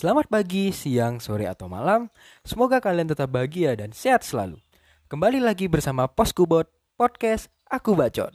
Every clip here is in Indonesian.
Selamat pagi, siang, sore, atau malam. Semoga kalian tetap bahagia dan sehat selalu. Kembali lagi bersama Poskubot Podcast Aku Bacot.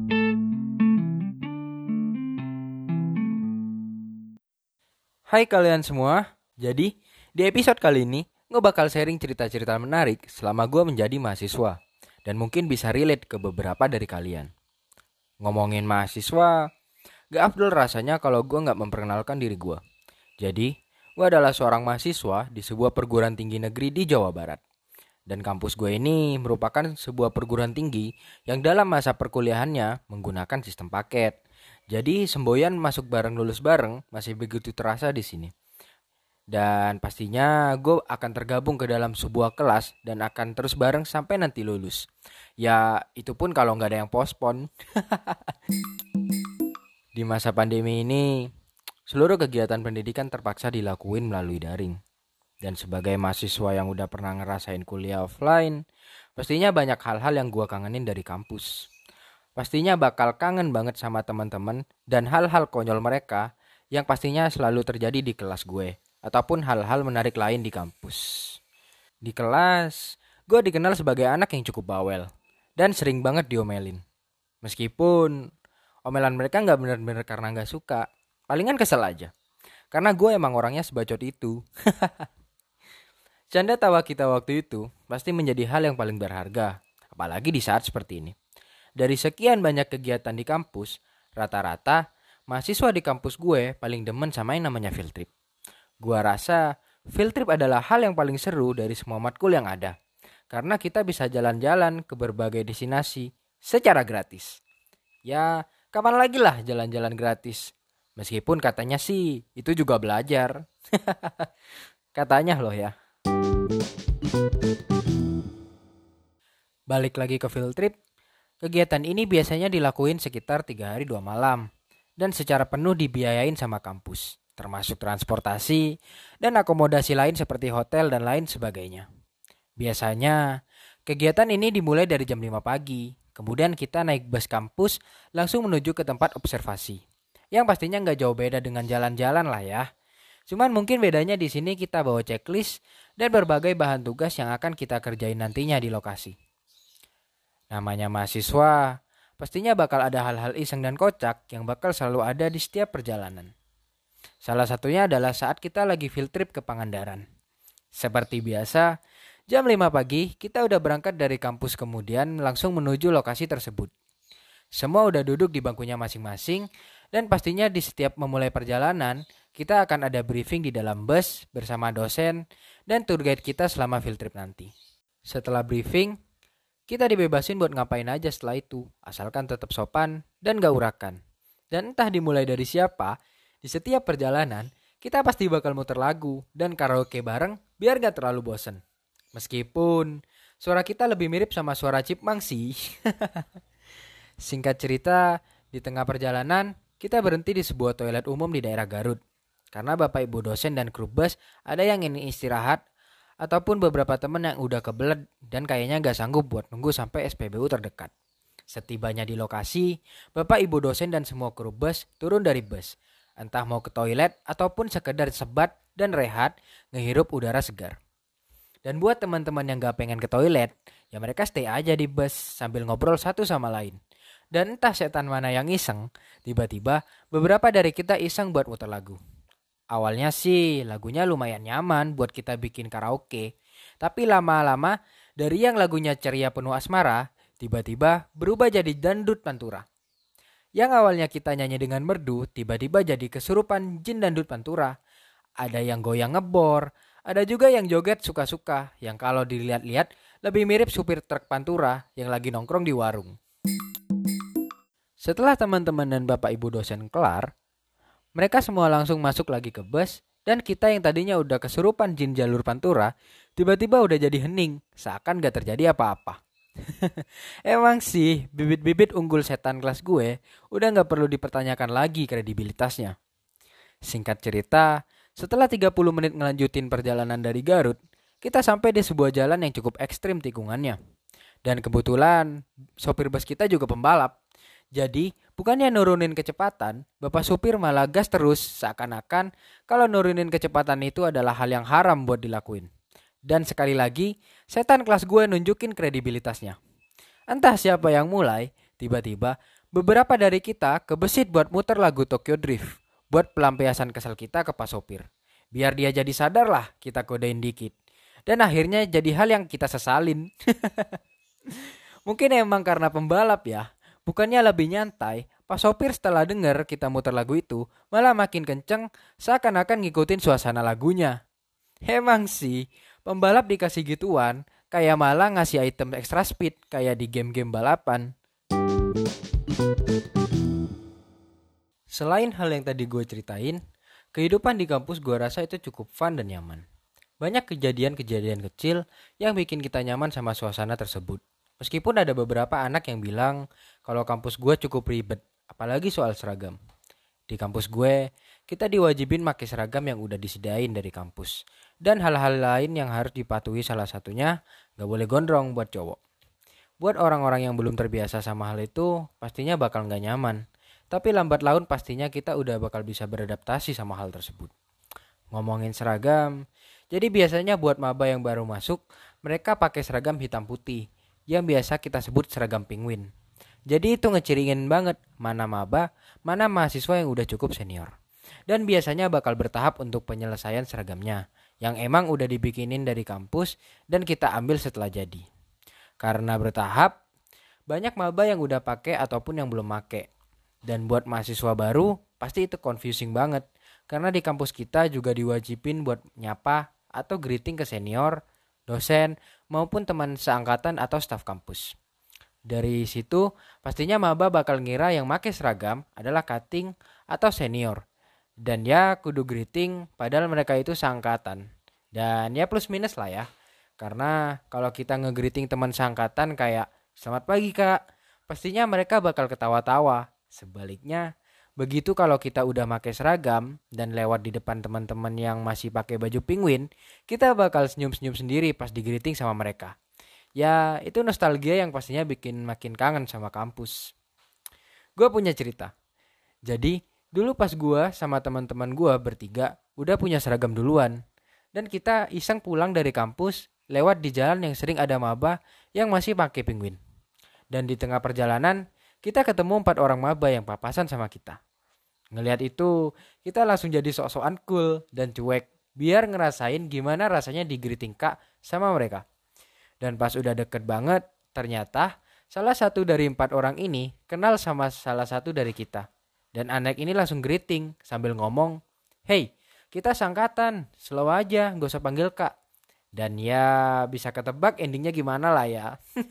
Hai kalian semua. Jadi, di episode kali ini gue bakal sharing cerita-cerita menarik selama gue menjadi mahasiswa. Dan mungkin bisa relate ke beberapa dari kalian. Ngomongin mahasiswa, gak afdol rasanya kalau gue gak memperkenalkan diri gue. Jadi, gue adalah seorang mahasiswa di sebuah perguruan tinggi negeri di Jawa Barat. Dan kampus gue ini merupakan sebuah perguruan tinggi yang dalam masa perkuliahannya menggunakan sistem paket. Jadi semboyan masuk bareng lulus bareng masih begitu terasa di sini. Dan pastinya gue akan tergabung ke dalam sebuah kelas dan akan terus bareng sampai nanti lulus. Ya itu pun kalau nggak ada yang pospon. Di masa pandemi ini, seluruh kegiatan pendidikan terpaksa dilakuin melalui daring. Dan sebagai mahasiswa yang udah pernah ngerasain kuliah offline, pastinya banyak hal-hal yang gue kangenin dari kampus. Pastinya bakal kangen banget sama teman-teman dan hal-hal konyol mereka yang pastinya selalu terjadi di kelas gue. Ataupun hal-hal menarik lain di kampus. Di kelas, gue dikenal sebagai anak yang cukup bawel. Dan sering banget diomelin. Meskipun omelan mereka gak bener-bener karena gak suka. Palingan kesel aja. Karena gue emang orangnya sebacot itu. Canda tawa kita waktu itu pasti menjadi hal yang paling berharga. Apalagi di saat seperti ini. Dari sekian banyak kegiatan di kampus, rata-rata mahasiswa di kampus gue paling demen sama yang namanya field trip. Gue rasa field trip adalah hal yang paling seru dari semua matkul yang ada. Karena kita bisa jalan-jalan ke berbagai destinasi secara gratis. Ya, kapan lagi lah jalan-jalan gratis? Meskipun katanya sih itu juga belajar. Katanya loh ya. Balik lagi ke field trip. Kegiatan ini biasanya dilakuin sekitar 3 hari 2 malam. Dan secara penuh dibiayain sama kampus. Termasuk transportasi dan akomodasi lain seperti hotel dan lain sebagainya. Biasanya kegiatan ini dimulai dari jam 5 pagi. Kemudian kita naik bus kampus langsung menuju ke tempat observasi. Yang pastinya nggak jauh beda dengan jalan-jalan lah ya. Cuman mungkin bedanya di sini kita bawa checklist dan berbagai bahan tugas yang akan kita kerjain nantinya di lokasi. Namanya mahasiswa, pastinya bakal ada hal-hal iseng dan kocak yang bakal selalu ada di setiap perjalanan. Salah satunya adalah saat kita lagi field trip ke Pangandaran. Seperti biasa, jam 5 pagi kita udah berangkat dari kampus kemudian langsung menuju lokasi tersebut. Semua udah duduk di bangkunya masing-masing dan pastinya di setiap memulai perjalanan kita akan ada briefing di dalam bus bersama dosen dan tour guide kita selama field trip nanti. Setelah briefing, kita dibebasin buat ngapain aja setelah itu, asalkan tetap sopan dan gak urakan. Dan entah dimulai dari siapa, di setiap perjalanan kita pasti bakal muter lagu dan karaoke bareng biar gak terlalu bosen. Meskipun suara kita lebih mirip sama suara Chipmunk sih. Singkat cerita, di tengah perjalanan kita berhenti di sebuah toilet umum di daerah Garut. Karena bapak ibu dosen dan kru bus ada yang ingin istirahat ataupun beberapa temen yang udah kebelet dan kayaknya gak sanggup buat nunggu sampai SPBU terdekat. Setibanya di lokasi, bapak ibu dosen dan semua kru bus turun dari bus. Entah mau ke toilet ataupun sekedar sebat dan rehat ngehirup udara segar. Dan buat teman-teman yang gak pengen ke toilet, ya mereka stay aja di bus sambil ngobrol satu sama lain. Dan entah setan mana yang iseng, tiba-tiba beberapa dari kita iseng buat muter lagu. Awalnya sih lagunya lumayan nyaman buat kita bikin karaoke. Tapi lama-lama dari yang lagunya ceria penuh asmara, tiba-tiba berubah jadi dangdut pantura. Yang awalnya kita nyanyi dengan merdu, tiba-tiba jadi kesurupan jin dangdut pantura. Ada yang goyang ngebor, ada juga yang joget suka-suka, yang kalau dilihat-lihat lebih mirip supir truk pantura yang lagi nongkrong di warung. Setelah teman-teman dan bapak ibu dosen kelar, mereka semua langsung masuk lagi ke bus dan kita yang tadinya udah kesurupan jin jalur pantura, tiba-tiba udah jadi hening, seakan gak terjadi apa-apa. Emang sih, bibit-bibit unggul setan kelas gue udah gak perlu dipertanyakan lagi kredibilitasnya. Singkat cerita, setelah 30 menit ngelanjutin perjalanan dari Garut, kita sampai di sebuah jalan yang cukup ekstrim tikungannya. Dan kebetulan, sopir bus kita juga pembalap. Jadi, Bukannya nurunin kecepatan, bapak supir malah gas terus seakan-akan kalau nurunin kecepatan itu adalah hal yang haram buat dilakuin. Dan sekali lagi, setan kelas gue nunjukin kredibilitasnya. Entah siapa yang mulai, tiba-tiba beberapa dari kita kebesit buat muter lagu Tokyo Drift. Buat pelampiasan kesel kita ke pas sopir. Biar dia jadi sadar lah kita kodein dikit. Dan akhirnya jadi hal yang kita sesalin. Mungkin emang karena pembalap ya. Bukannya lebih nyantai, pas sopir setelah denger kita muter lagu itu malah makin kenceng seakan-akan ngikutin suasana lagunya. Emang sih, pembalap dikasih gituan kayak malah ngasih item extra speed kayak di game-game balapan. Selain hal yang tadi gue ceritain, kehidupan di kampus gue rasa itu cukup fun dan nyaman. Banyak kejadian-kejadian kecil yang bikin kita nyaman sama suasana tersebut. Meskipun ada beberapa anak yang bilang kalau kampus gue cukup ribet, apalagi soal seragam. Di kampus gue, kita diwajibin pakai seragam yang udah disediain dari kampus. Dan hal-hal lain yang harus dipatuhi salah satunya, gak boleh gondrong buat cowok. Buat orang-orang yang belum terbiasa sama hal itu, pastinya bakal gak nyaman. Tapi lambat laun pastinya kita udah bakal bisa beradaptasi sama hal tersebut. Ngomongin seragam, jadi biasanya buat maba yang baru masuk, mereka pakai seragam hitam putih yang biasa kita sebut seragam penguin. Jadi itu ngeciringin banget mana maba, mana mahasiswa yang udah cukup senior. Dan biasanya bakal bertahap untuk penyelesaian seragamnya, yang emang udah dibikinin dari kampus dan kita ambil setelah jadi. Karena bertahap, banyak maba yang udah pakai ataupun yang belum pakai. Dan buat mahasiswa baru, pasti itu confusing banget. Karena di kampus kita juga diwajibin buat nyapa atau greeting ke senior, dosen, maupun teman seangkatan atau staf kampus. Dari situ, pastinya maba bakal ngira yang make seragam adalah cutting atau senior. Dan ya kudu greeting padahal mereka itu seangkatan. Dan ya plus minus lah ya. Karena kalau kita nge-greeting teman seangkatan kayak selamat pagi kak, pastinya mereka bakal ketawa-tawa. Sebaliknya, begitu kalau kita udah pakai seragam dan lewat di depan teman-teman yang masih pakai baju penguin, kita bakal senyum-senyum sendiri pas di-greeting sama mereka. Ya, itu nostalgia yang pastinya bikin makin kangen sama kampus. Gue punya cerita. Jadi, dulu pas gue sama teman-teman gue bertiga udah punya seragam duluan. Dan kita iseng pulang dari kampus lewat di jalan yang sering ada maba yang masih pakai penguin. Dan di tengah perjalanan, kita ketemu 4 orang maba yang papasan sama kita. Ngelihat itu, kita langsung jadi sok-sokan cool dan cuek biar ngerasain gimana rasanya di-greeting kak sama mereka. Dan pas udah deket banget, ternyata salah satu dari 4 orang ini kenal sama salah satu dari kita. Dan anak ini langsung greeting sambil ngomong, "Hey, kita sangkatan, slow aja, gak usah panggil kak." Dan ya bisa ketebak endingnya gimana lah ya.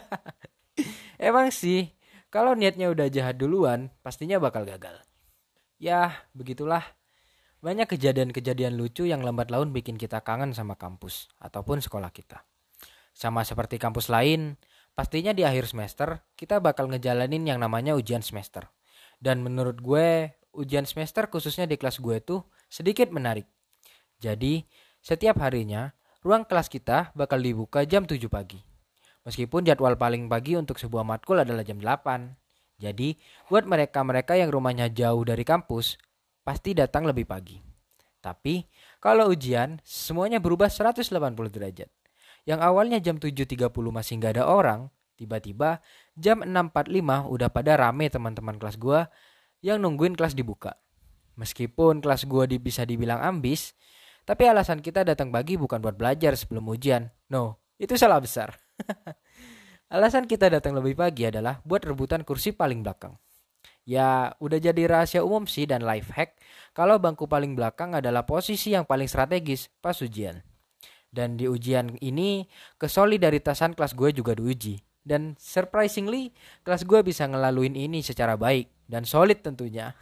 Emang sih, kalau niatnya udah jahat duluan, pastinya bakal gagal. Ya, begitulah. Banyak kejadian-kejadian lucu yang lambat laun bikin kita kangen sama kampus ataupun sekolah kita. Sama seperti kampus lain, pastinya di akhir semester kita bakal ngejalanin yang namanya ujian semester. Dan menurut gue, ujian semester khususnya di kelas gue tuh sedikit menarik. Jadi, setiap harinya, ruang kelas kita bakal dibuka jam 7 pagi. Meskipun jadwal paling pagi untuk sebuah matkul adalah jam 8. Jadi, buat mereka-mereka yang rumahnya jauh dari kampus, pasti datang lebih pagi. Tapi, kalau ujian, semuanya berubah 180 derajat. Yang awalnya jam 7.30 masih nggak ada orang, tiba-tiba jam 6.45 udah pada rame teman-teman kelas gue yang nungguin kelas dibuka. Meskipun kelas gue bisa dibilang ambis, tapi alasan kita datang pagi bukan buat belajar sebelum ujian. No, itu salah besar. Alasan kita datang lebih pagi adalah buat rebutan kursi paling belakang. Ya, udah jadi rahasia umum sih dan life hack kalau bangku paling belakang adalah posisi yang paling strategis pas ujian. Dan di ujian ini, kesolidaritasan kelas gue juga diuji. Dan surprisingly, kelas gue bisa ngelaluin ini secara baik dan solid tentunya.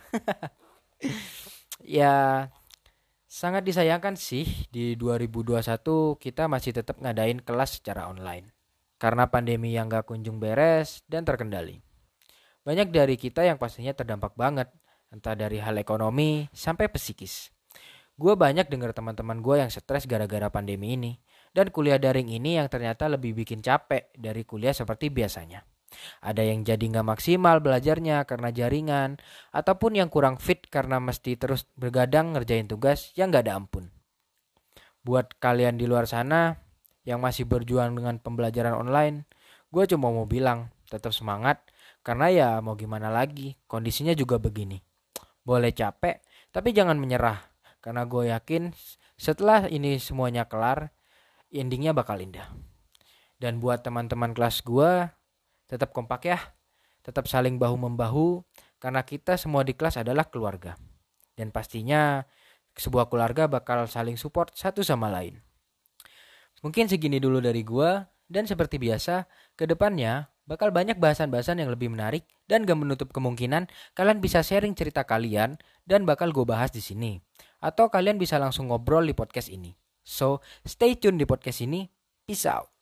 Ya, sangat disayangkan sih di 2021 kita masih tetap ngadain kelas secara online. Karena pandemi yang gak kunjung beres dan terkendali. Banyak dari kita yang pastinya terdampak banget, entah dari hal ekonomi sampai psikis. Gue banyak dengar teman-teman gue yang stres gara-gara pandemi ini. Dan kuliah daring ini yang ternyata lebih bikin capek dari kuliah seperti biasanya. Ada yang jadi nggak maksimal belajarnya karena jaringan, ataupun yang kurang fit karena mesti terus bergadang ngerjain tugas yang nggak ada ampun. Buat kalian di luar sana yang masih berjuang dengan pembelajaran online, gue cuma mau bilang tetap semangat karena ya mau gimana lagi, kondisinya juga begini. Boleh capek, tapi jangan menyerah karena gue yakin setelah ini semuanya kelar, endingnya bakal indah. Dan buat teman-teman kelas gue, tetap kompak ya, tetap saling bahu-membahu karena kita semua di kelas adalah keluarga. Dan pastinya sebuah keluarga bakal saling support satu sama lain. Mungkin segini dulu dari gua, dan seperti biasa, kedepannya bakal banyak bahasan-bahasan yang lebih menarik dan gak menutup kemungkinan kalian bisa sharing cerita kalian dan bakal gue bahas di sini. Atau kalian bisa langsung ngobrol di podcast ini. So, stay tune di podcast ini. Peace out.